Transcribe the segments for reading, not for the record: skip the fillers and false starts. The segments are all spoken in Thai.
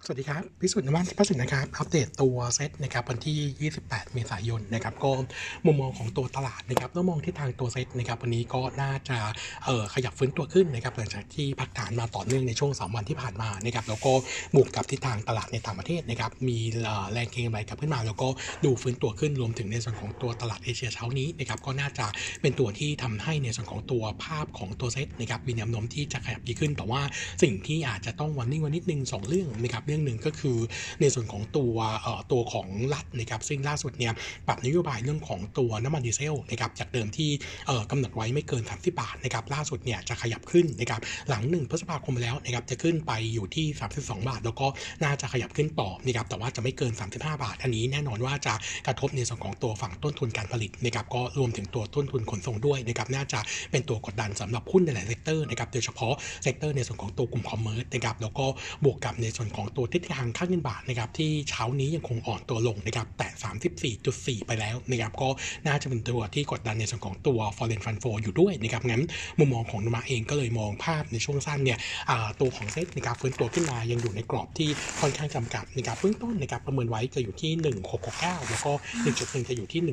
สวัสดีครับพิสุทธิ์นวัฒน์พระสินนะครับอัปเดตตัวเซตนะครับวันที่28เมษายนนะครับก็มุมมองของตัวตลาดนะครับแล้วมองที่ทางตัวเซตนะครับวันนี้ก็น่าจะขยับฟื้นตัวขึ้นนะครับหลังจากที่พักฐานมาต่อเนื่องในช่วง3วันที่ผ่านมานะครับแล้วก็บวกกับทิศทางตลาดในต่างประเทศนะครับมีแรงเก็งกำไรกลับขึ้นมาแล้วก็ดูฟื้นตัวขึ้นรวมถึงในส่วนของตัวตลาดเอเชียเช้านี้นะครับก็น่าจะเป็นตัวที่ทำให้ในส่วนของตัวภาพของตัวเซตนะครับมีแนวโน้มที่จะขยับดีขึ้นแต่ว่าสิ่งที่อาจจะต้องวันนิ่งวันนิดนึง2เรื่องนะครับเรื่องหนึ่งก็คือในส่วนของตัวของรัฐนะครับซึ่งล่าสุดเนี่ยปรับนโยบายเรื่องของตัวน้ำมันดีเซลนะครับจากเดิมที่กำหนดไว้ไม่เกิน30บาทนะครับล่าสุดเนี่ยจะขยับขึ้นนะครับหลัง1พฤษภาคมแล้วนะครับจะขึ้นไปอยู่ที่32บาทแล้วก็น่าจะขยับขึ้นต่อนะครับแต่ว่าจะไม่เกิน35บาทอันนี้แน่นอนว่าจะกระทบในส่วนของตัวฝั่งต้นทุนการผลิตนะครับก็รวมถึงตัวต้นทุนขนส่งด้วยนะครับน่าจะเป็นตัวกดดันสำหรับหุ้นในหลายเซกเตอร์นะครับโดยเฉพาะเซกเตอร์ในส่วนของตัวกลุ่มคอมเมอร์สนะครับแล้วก็บวกกับในส่วนของตัวทิศทางค่าเงินบาทนะครับที่เช้านี้ยังคงอ่อนตัวลงนะครับแตะ 34.4 ไปแล้วนะครับก็น่าจะเป็นตัวที่กดดันในส่วนของตัว Foreign Fund Flow อยู่ด้วยนะครับงั้นมุมมองของนุมะเองก็เลยมองภาพในช่วงสั้นเนี่ยตัวของเซ็ตนะครับฟื้นตัวขึ้นมายังอยู่ในกรอบที่ค่อนข้างจำกัดนะครับเบื้องต้นนะครับประเมินไว้จะอยู่ที่1669แล้วก็อีกจุดหนึ่งจะอยู่ที่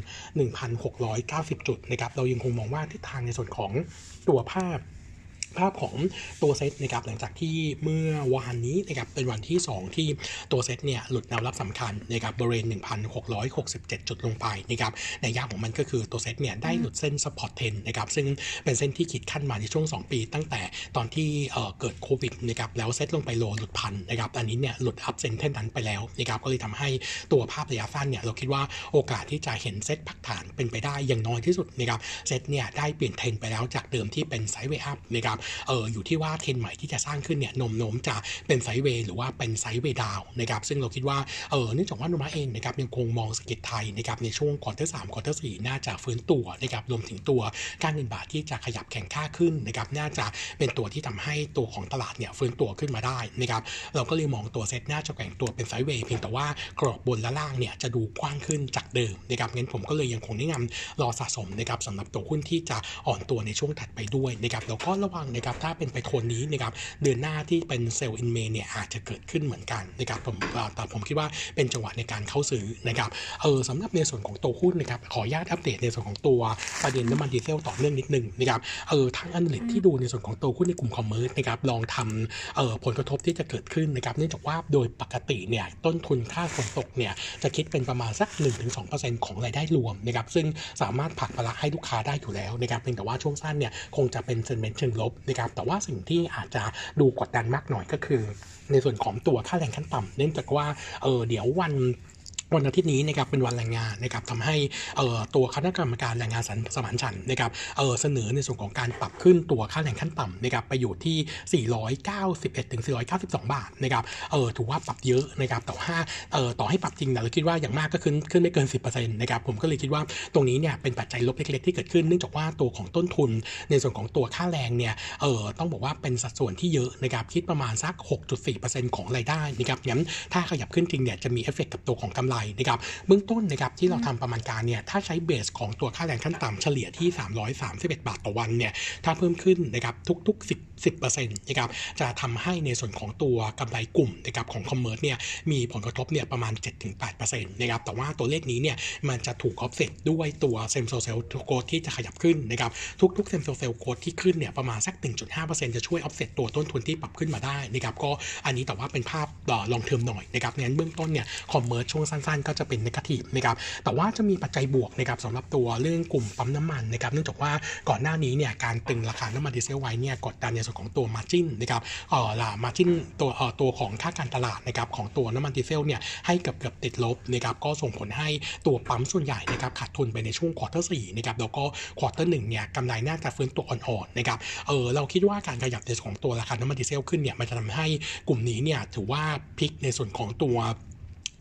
1,690 จุดนะครับเรายังคงมองว่าทิศทางในส่วนของตัวภาพของตัวเซตนะครับหลังจากที่เมื่อวานนี้นะครับเป็นวันที่2ที่ตัวเซตเนี่ยหลุดแนวรับสำคัญนะครับบริเวณ 1,667 จุดลงไปนะครับในยะของมันก็คือตัวเซตเนี่ยได้หลุดเส้น support 10นะครับซึ่งเป็นเส้นที่ขีดขั้นมาในช่วง2ปีตั้งแต่ตอนที่เกิดโควิดนะครับแล้วเซตลงไปโลหลุดพันนะครับอันนี้เนี่ยหลุดอัพเซนเท่นนั้นไปแล้วนะครับก็เลยทำให้ตัวภาพระยะสั้นเนี่ยเราคิดว่าโอกาสที่จะเห็นเซตพักฐานเป็นไปได้อย่างน้อยที่สุดนะครับเซตเนี่ยได้เปลี่ยนเทรนไปแล้วจากเดิมที่เป็นไซด์เวย์อัพนะครับอยู่ที่ว่าเทรนใหม่ที่จะสร้างขึ้นเนี่ยโน้มจะเป็นไซด์เวย์หรือว่าเป็นไซด์เวย์ดาวนะครับซึ่งเราคิดว่าเนื่องจากว่านุมะเองนะครับยังคงมองเศรษฐกิจไทยนะครับในช่วงควอเตอร์3ควอเตอร์4น่าจะฟื้นตัวนะครับรวมถึงตัวค่าเงินบาทที่จะขยับแข็งค่าขึ้นนะครับน่าจะเป็นตัวที่ทำให้ตัวของตลาดเนี่ยฟื้นตัวขึ้นมาได้นะครับเราก็เลยมองตัวเซ็ตน่าจะแกว่งตัวเป็นไซด์เวย์เพียงแต่ว่ากรอบบนและล่างเนี่ยจะดูกว้างขึ้นจากเดิมนะครับงั้นผมก็เลยยังคงแนะนำรอสะสมนะครับสำหรับตัวหุ้นที่จะอ่อนตัวในช่วงถัดไปด้วยนะครับแล้วก็ระวังนะครับถ้าเป็นไปโทนนี้นะครับเดือนหน้าที่เป็นเซลล์อินเมย์เนี่ยอาจจะเกิดขึ้นเหมือนกันนะครับแต่ผมคิดว่าเป็นจังหวะในการเข้าซื้อนะครับสำหรับในส่วนของตัวหุ้นนะครับขออนุญาตอัปเดตในส่วนของตัวประเด็นน้ำมันดีเซลต่อเนื่องนิดนึงนะครับทางanalystที่ดูในส่วนของตัวหุ้นในกลุ่มคอมเมอร์สนะครับลองทำผลกระทบที่จะเกิดขึ้นนะครับเนื่องจากว่าโดยปกติเนี่ยต้นทุนค่าขนส่งเนี่ยจะคิดเป็นประมาณสัก 1-2% ของรายได้รวมนะครับซึ่งสามารถผลักภาระให้ลูกค้าได้อยู่แล้วนะครับเพียงแต่ว่าช่วงสั้นเนี่ยคงจะเป็นเซนเมนต์เชิงลบนะครับแต่ว่าสิ่งที่อาจจะดูกดดันมากหน่อยก็คือในส่วนของตัวค่าแรงขั้นต่ำเนื่องจากว่าเดี๋ยววันอาทิตย์นี้นะครับเป็นวันแรงงานนะครับทำให้ตัวคณะกรรมการแรงงานสมานฉันท์นะครับเสนอในส่วนของการปรับขึ้นตัวค่าแรงขั้นต่ำนะครับไปอยู่ที่491ถึง492บาทนะครับถือว่าปรับเยอะนะครับแต่ว่าต่อให้ปรับจริงเราคิดว่าอย่างมากก็ขึ้นไม่เกิน 10% นะครับผมก็เลยคิดว่าตรงนี้เนี่ยเป็นปัจจัยลบเล็กๆที่เกิดขึ้นเนื่องจากว่าตัวของต้นทุนในส่วนของตัวค่าแรงเนี่ยต้องบอกว่าเป็นสัดส่วนที่เยอะนะครับคิดประมาณสัก 6.4% ของรายได้นะครับงั้นถ้าขยับขึ้นจริงเนี่ยจะมีเอฟเฟกต์กับตัวของกำไรนะครับเบื้องต้นนะครับที่เราทำประมาณการเนี่ยถ้าใช้เบสของตัวค่าแรงขั้นต่ำเฉลี่ยที่331บาทต่อวันเนี่ยถ้าเพิ่มขึ้นนะครับทุกๆ10% นะครับจะทำให้ในส่วนของตัวกำไรกลุ่มนะครับของคอมเมอร์สเนี่ยมีผลกระทบเนี่ยประมาณ 7-8% นะครับแต่ว่าตัวเลขนี้เนี่ยมันจะถูกออฟเซตด้วยตัวเซมโซเซลโกดที่จะขยับขึ้นนะครับทุกๆเซมโซเซลโกดที่ขึ้นเนี่ยประมาณสัก 1.5% จะช่วยออฟเซตตัวต้นทุนที่ปรับขึ้นมาได้นะครับก็อันนี้แต่ว่าเป็นภาพลองเทอมหน่อยนะครับงั้นเบื้องต้นเนี่ยคอมเมอร์สช่วงสั้นๆก็จะเป็นเนกาทีฟนะครับแต่ว่าจะมีปัจจัยบวกนะครับสำหรับตัวเรื่องกลุ่มปั๊มน้ำมันนะครับเนื่องจากว่าก่อนหน้านี้เนี่ยการตึงราคาน้ำมันดีเซลไว้เนี่ยกดดันในส่วนของตัว margin นะครับmargin ตัวของค่าการตลาดนะครับของตัวน้ำมันดีเซลเนี่ยให้เกือบติดลบนะครับก็ส่งผลให้ตัวปั๊มส่วนใหญ่นะครับขาดทุนไปในช่วงควอเตอร์4นะครับแล้วก็ควอเตอร์1เนี่ยกำไรน่าจะฟื้นตัวอ่อนๆนะครับเราคิดว่าการขยับในส่วนของตัวราคาน้ำมันดีเซลขึ้นเนี่ยมันจะทำให้กลุ่มนี้เนี่ยถือว่าพลิกในส่วนของตัว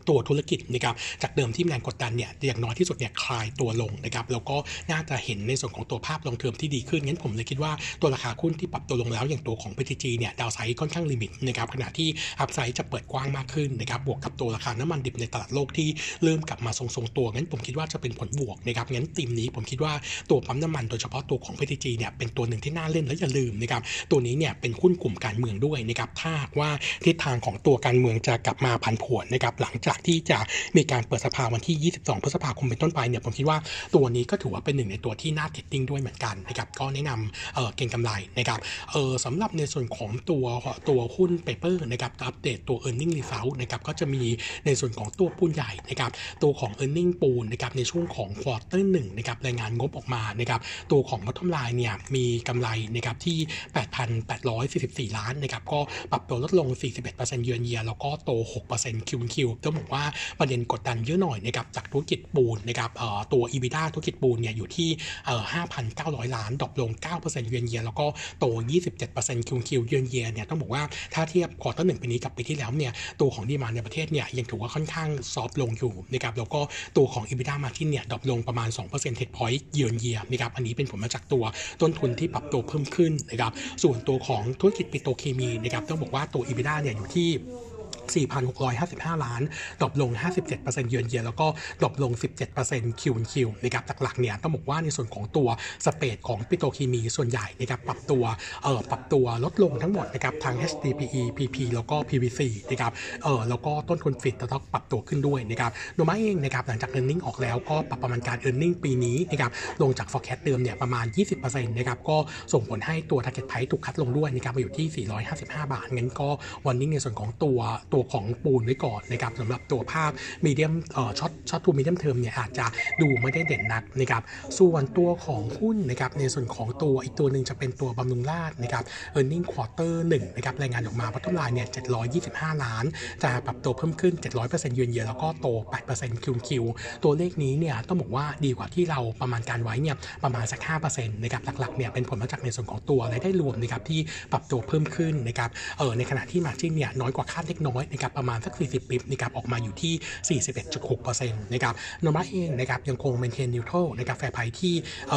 ตัวธุรกิจนะครับจากเดิมที่แรงกดดันเนี่ยอย่างน้อยที่สุดเนี่ยคลายตัวลงนะครับแล้วก็น่าจะเห็นในส่วนของตัวภาพลองเทอมที่ดีขึ้นงั้นผมเลยคิดว่าตัวราคาหุ้นที่ปรับตัวลงแล้วอย่างตัวของ PTG เนี่ยดาวไซด์ค่อนข้างลิมิตนะครับขณะที่อัพไซด์จะเปิดกว้างมากขึ้นนะครับบวกกับตัวราคาน้ำมันดิบในตลาดโลกที่เริ่มกลับมาทรงๆตัวงั้นผมคิดว่าจะเป็นผลบวกนะครับงั้นธีมนี้ผมคิดว่าตัวปั๊มน้ำมันโดยเฉพาะตัวของ PTG เนี่ยเป็นตัวหนึ่งที่น่าเล่นและอย่าลืมนะครับตัวนี้เนี่ยเป็นหุ้นกลุ่มการเมืองด้วยนะครับถ้าว่าทิศทางของตัวการเมืองจะกลับมาผันผวนนะครับหลังจากที่จะมีการเปิดสภาวันที่22พฤษภาคมเป็นต้นไปเนี่ยผมคิดว่าตัวนี้ก็ถือว่าเป็นหนึ่งในตัวที่น่าเทรดดิ้งด้วยเหมือนกันนะครับก็แนะนำเก็งกำไรนะครับสำหรับในส่วนของตัวหุ้นเปเปอร์นะครับอัปเดตตัว earning result นะครับก็จะมีในส่วนของตัวปูนใหญ่นะครับตัวของ earning ปูนนะครับในช่วงของ quarter 1นะครับรายงานงบออกมานะครับตัวของ bottom line เนี่ยมีกำไรนะครับที่ 8,844 ล้านนะครับก็ปรับตัวลดลง 41% year-on-year แล้วก็โต 6% Q-on-Q ต้องบอกว่าประเด็นกดดันเยอะหน่อยนะครับจากธุรกิจปูนนะครับตัว EBITDA ธุรกิจปูนเนี่ยอยู่ที่ 5,900 ล้านดรอปลง 9% year-on-year แล้วก็โต 27% Q-on-Q year-on-year เนี่ยต้องบอกว่าถ้าเทียบ quarter 1 ปีนี้กับปีที่แล้วเนี่ยตัวของดีมานด์ในประเทศเนี่ยยังถือว่าค่อนข้างซอฟลงอยู่นะครับแล้วก็ตัวของ EBITDA margin เนี่ยดรอปลงประมาณ 2 percentage point year-on-year นะครับอันนี้เป็นผลมาจากตัวต้นทุนที่ปรับตัวเพิ่มขึ้นนะครับส่วนตัวของธุรกิจปิโตรเคมีนะครับต้องบอกว่าตัว EBITDA เนี่ยอยู่ที่ 4,655 ล้านดรอปลง 57% year-on-year แล้วก็ดรอปลง 17% Q-on-Q นะครับหลักๆเนี่ยต้องบอกว่าในส่วนของตัวสเปรดของปิโตรเคมีส่วนใหญ่นะครับปรับตัวลดลงทั้งหมดนะครับทั้ง HDPE PP แล้วก็ PVC นะครับแล้วก็ต้นทุนฟีดต้องปรับตัวขึ้นด้วยนะครับโนมาเองนะครับหลังจาก earning ออกแล้วก็ปรับประมาณการ earning ปีนี้นะครับลงจาก forecast เดิมเนี่ยประมาณ 20% นะครับก็ส่งผลให้ตัว target price ถูกคัดลงด้วยนะครับมาอยู่ที่455 บาทงั้นก็วันนี้ในส่วนของตัวของปูนไว้ก่อนนะครับสำหรับตัวภาพมีเดียมช็อตทูมีเดียมเทอมเนี่ยอาจจะดูไม่ได้เด่นนักนะครับส่วนตัวของหุ้นนะครับในส่วนของตัวอีกตัวหนึ่งจะเป็นตัวบำรุงราษฎร์นะครับ earning quarter 1นะครับรายงานออกมา bottom line เนี่ย725 ล้านจะปรับตัวเพิ่มขึ้น 700% year-on-year แล้วก็โต 8% Q-on-Q ตัวเลขนี้เนี่ยต้องบอกว่าดีกว่าที่เราประมาณการไว้เนี่ยประมาณสัก 5% นะครับหลักๆเนี่ยเป็นผลมาจากในส่วนของตัวรายได้รวมนะครับที่ปรับตัวเพิ่มขึ้นนะครับในขณะที่ margin เนี่ยน้อยกว่าคาดเล็กน้อยนะครับประมาณสัก40 ปิ๊บนะครับออกมาอยู่ที่ 41.6% นะครับโนมาเองนะครับยังคง maintain neutral นะครับแฟร์ไพรซ์ที่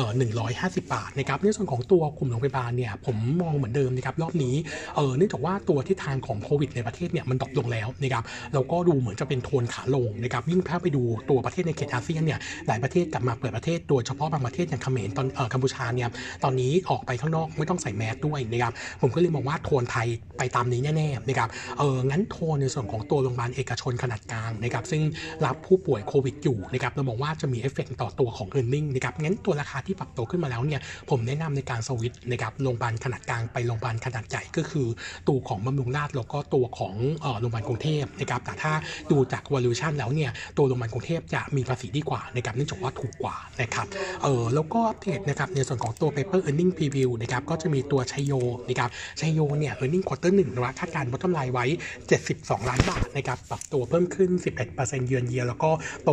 150 บาทนะครับในส่วนของตัวกลุ่มโรงพยาบาลเนี่ยผมมองเหมือนเดิมนะครับรอบนี้เนื่องจากว่าตัวทิศทางของโควิดในประเทศเนี่ยมันดรอปลงแล้วนะครับแล้วก็ดูเหมือนจะเป็นโทนขาลงนะครับยิ่งถ้าไปดูตัวประเทศในเขตอาเซียนเนี่ยหลายประเทศกลับมาเปิดประเทศโดยเฉพาะบางประเทศอย่างเขมรตอนกัมพูชาเนี่ยตอนนี้ออกไปข้างนอกไม่ต้องใส่แมสด้วยนะครับผมก็เลยมองว่าโทนไทยไปตามนี้แน่ๆนะครับงั้นโทนในส่วนของตัวโรงพยาบาลเอกชนขนาดกลางนะครับซึ่งรับผู้ป่วยโควิดอยู่นะครับเรามองว่าจะมีเอฟเฟกต์ต่อตัวของ earning นะครับงั้นตัวราคาที่ปรับตัวขึ้นมาแล้วเนี่ยผมแนะนำในการสวิตช์นะครับโรงพยาบาลขนาดกลางไปโรงพยาบาลขนาดใหญ่ก็คือตัวของบำรุงราษฎร์แล้วก็ตัวของโรงพยาบาลกรุงเทพนะครับแต่ถ้าดูจาก valuation แล้วเนี่ยตัวโรงพยาบาลกรุงเทพจะมีภาษีดีกว่านะครับเนื่องจากว่าถูกกว่านะครับแล้วก็อัปเดตนะครับในส่วนของตัว paper earning preview นะครับก็จะมีตัวชัยโยนะครับชัยโยเนี่ย earning quarter 1นะคาดการณ์ bottom line ไว้72 ล้านบาทนะครับปรับตัวเพิ่มขึ้น 11% year-on-year แล้วก็โต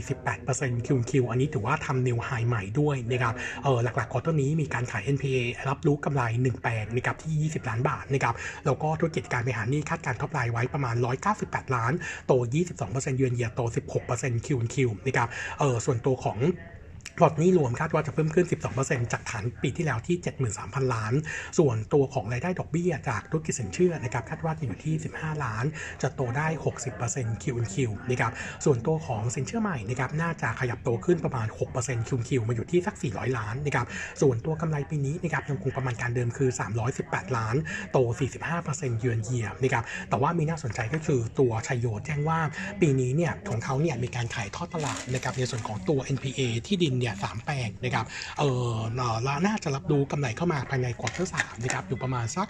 48% Q-on-Q อันนี้ถือว่าทำ new high ใหม่ด้วยนะครับหลักๆ quarter นี้มีการขาย NPA รับรู้กำไร1แปลงนะครับที่20 ล้านบาทนะครับแล้วก็ธุรกิจการบริหารหนี้คาดการท็อปไลน์ไว้ประมาณ198 ล้านโต 22% year-on-year โต 16% Q-on-Q นะครับส่วนตัวของพอร์ตนี้รวมคาดว่าจะเพิ่มขึ้น 12% จากฐานปีที่แล้วที่ 73,000 ล้านส่วนตัวของรายได้ดอกเบี้ยจากธุรกิจสินเชื่อนะครับคาดว่าจะอยู่ที่15 ล้านจะโตได้ 60% Q-on-Q นะครับส่วนตัวของสินเชื่อใหม่นะครับน่าจะขยับโตขึ้นประมาณ 6% Q-on-Q มาอยู่ที่สัก400 ล้านนะครับส่วนตัวกำไรปีนี้นะครับยังคงประมาณการเดิมคือ318 ล้านโต 45% year-on-year นะครับแต่ว่ามีน่าสนใจก็คือตัวชัยโยแจ้งว่าปีนี้เนี่ยของเขาเนี่ยมีการขายทอดตลาดนะครับในส่วนของตัว NPA ที่ดินเนี่ย3แปลงนะครับน่าจะรับรู้กำไรเข้ามาภายในควอเตอร์3นะครับอยู่ประมาณสัก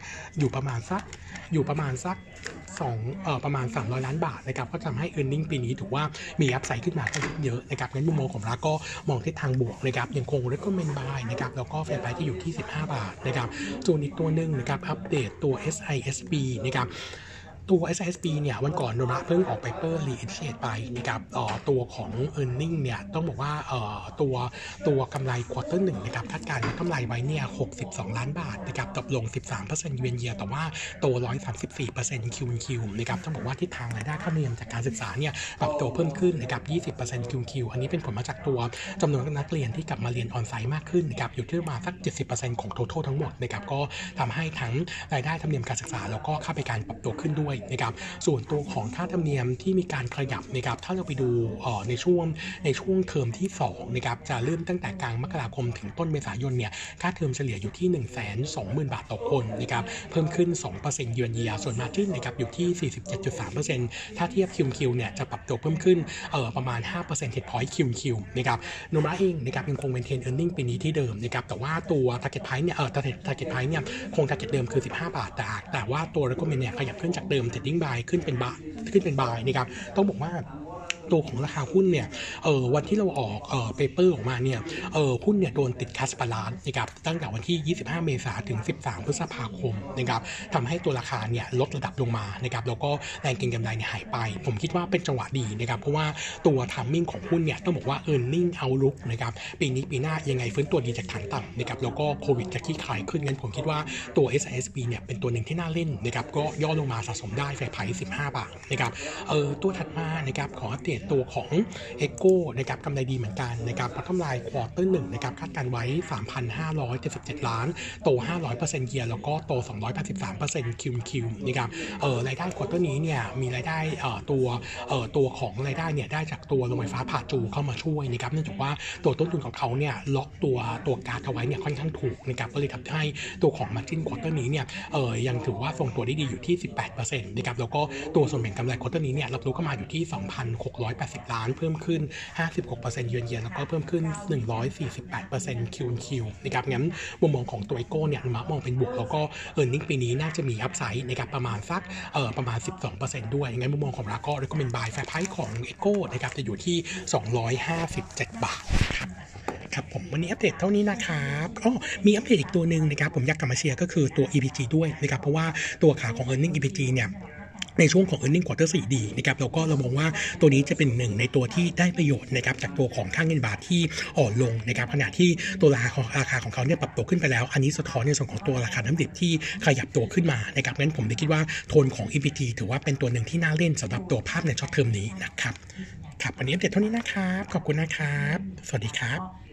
ประมาณ300 ล้านบาทนะครับก็ทำให้ earning ปีนี้ถือว่ามีอัพไซด์ขึ้นมาค่อนข้างเยอะนะครับงั้นมุมมองของเราก็มองทิศทางบวกนะครับยังคง recommend buy นะครับแล้วก็แฟร์ไพรซ์ที่อยู่ที่15 บาทนะครับส่วนอีกตัวนึงนะครับอัปเดตตัว SISB นะครับตัว SSB เนี่ยวันก่อนโนระเพิ่งออก paper re-initiate ไปนะครับตัวของ earning เนี่ยต้องบอกว่าตัวกำไร quarter 1นะครับคาดการณ์กำไรไว้เนี่ย62ล้านบาทนะครับตกลง 13% year-on-year แต่ว่าโต 134% Q-on-Q นะครับต้องบอกว่าทิศทางรายได้ค่าธรรมเนียมจากการศึกษาเนี่ยปรับตัวเพิ่มขึ้นนะครับ 20% Q-on-Q อันนี้เป็นผลมาจากตัวจำนวนนักเรียนที่กลับมาเรียนออนไซต์มากขึ้นนะครับอยู่ที่ประมาณสัก 70% ของ total ทั้งหมดนะครับก็ทำให้ทั้งรายได้ธรรมเนียมการศึกษาแล้วก็ค่าบริการปรับตัวขึ้นด้วยนะครับส่วนตัวของค่าธรรมเนียมที่มีการขยับนะครับถ้าเราไปดูในช่วงเทอมที่2นะครับจะเริ่มตั้งแต่กลางมกราคมถึงต้นเมษายนเนี่ยค่าเทอมเฉลี่ยอยู่ที่ 120,000 บาทต่อคนนะครับเพิ่มขึ้น 2% year-on-year ส่วน margin นะครับอยู่ที่ 47.3% ถ้าเทียบ Q-on-Q เนี่ยจะปรับตัวเพิ่มขึ้นประมาณ 5% percentage point Q-on-Q นะครับโนมะเองนะครับยังคง maintain earning ปีนี้ที่เดิมนะครับแต่ว่าตัว target price เนี่ยtarget price เนี่ยคง target เดิมคือ15 บาทแต่ว่าตัว recommend เนี่ยขยับขึ้นจากเดิม trading buy ขึ้นเป็น buy นะครับต้องบอกว่าตัวของราคาหุ้นเนี่ยวันที่เราออกpaper ออกมาเนี่ยหุ้นเนี่ยโดนติด cash balance นะครับตั้งแต่วันที่25 เมษายนถึง13 พฤษภาคมนะครับทำให้ตัวราคาเนี่ยลดระดับลงมานะครับแล้วก็แรงเก็งกำไรเนี่ยหายไปผมคิดว่าเป็นจังหวะดีนะครับเพราะว่าตัว timing ของหุ้นเนี่ยต้องบอกว่า earning outlook นะครับปีนี้ปีหน้ายังไงฟื้นตัวดีจากฐานต่ำนะครับแล้วก็โควิดจะคลี่คลายขึ้นงั้นผมคิดว่าตัว SISB เนี่ยเป็นตัวหนึ่งที่น่าเล่นนะครับก็ย่อลงมาสะสมได้แฟร์ไพรซ์15 บาทนะครับตัวถัดมานะครับขออัปเดตตัวของ Echo นะครับกำไรดีเหมือนกันนะครับพัฒนาควอเตอร์1นะครับคาดการไว้ 3,577 ล้านโต 500% year แล้วก็โต 283% Q-on-Q นะครับรายได้ควอเตอร์นี้เนี่ยมีรายได้ตัวของรายได้เนี่ยได้จากตัวโรงไฟฟ้าผ่าจูเข้ามาช่วยนะครับเนื่องจากว่าตัวต้นทุนของเขาเนี่ยล็อกตัวก๊าซเอาไว้เนี่ยค่อนข้างถูกนะครับก็เลยทำให้ตัวของ margin ควอเตอร์นี้เนี่ยยังถือว่าทรงตัวได้ดีอยู่ที่ 18% นะครับแล้วก็ตัวส่วนแบ่งกำไรควอเตอร์นี้เนี่ยรับรู้เข้ามาอยู่ที่ 2,680 ล้านเพิ่มขึ้น 56% year-on-year แล้วก็เพิ่มขึ้น 148% Q-on-Q นะครับงั้นมุมมองของตัว Echo เนี่ยมองเป็นบวกแล้วก็ earning ปีนี้น่าจะมีอัพไซด์นะครับประมาณสักประมาณ 12% ด้วยงั้นมุมมองของเราก็ recommend buy fair price ของ Echo นะครับจะอยู่ที่257 บาทครับผมวันนี้อัปเดตเท่านี้นะครับมีอัปเดตอีกตัวหนึ่งนะครับผมอยากกลับมาเชียร์ก็คือตัว EPG ด้วยนะครับเพราะว่าตัวขาของ earning EPG เนี่ยในช่วงของ earning quarter 4ดีนะครับแล้วก็เรามองว่าตัวนี้จะเป็นหนึ่งในตัวที่ได้ประโยชน์นะครับจากตัวของค่าเงินบาทที่อ่อนลงนะครับขณะที่ตัวราคาของเขาเนี่ยปรับตัวขึ้นไปแล้วอันนี้สะท้อนในส่วนของตัวราคาน้ำดิบที่ขยับตัวขึ้นมานะครับงั้นผมคิดว่าโทนของ EPG ถือว่าเป็นตัวหนึ่งที่น่าเล่นสำหรับตัวภาพในช็อตเทอมนี้นะครับวันนี้อัปเดตเท่านี้นะครับขอบคุณนะครับสวัสดีครับ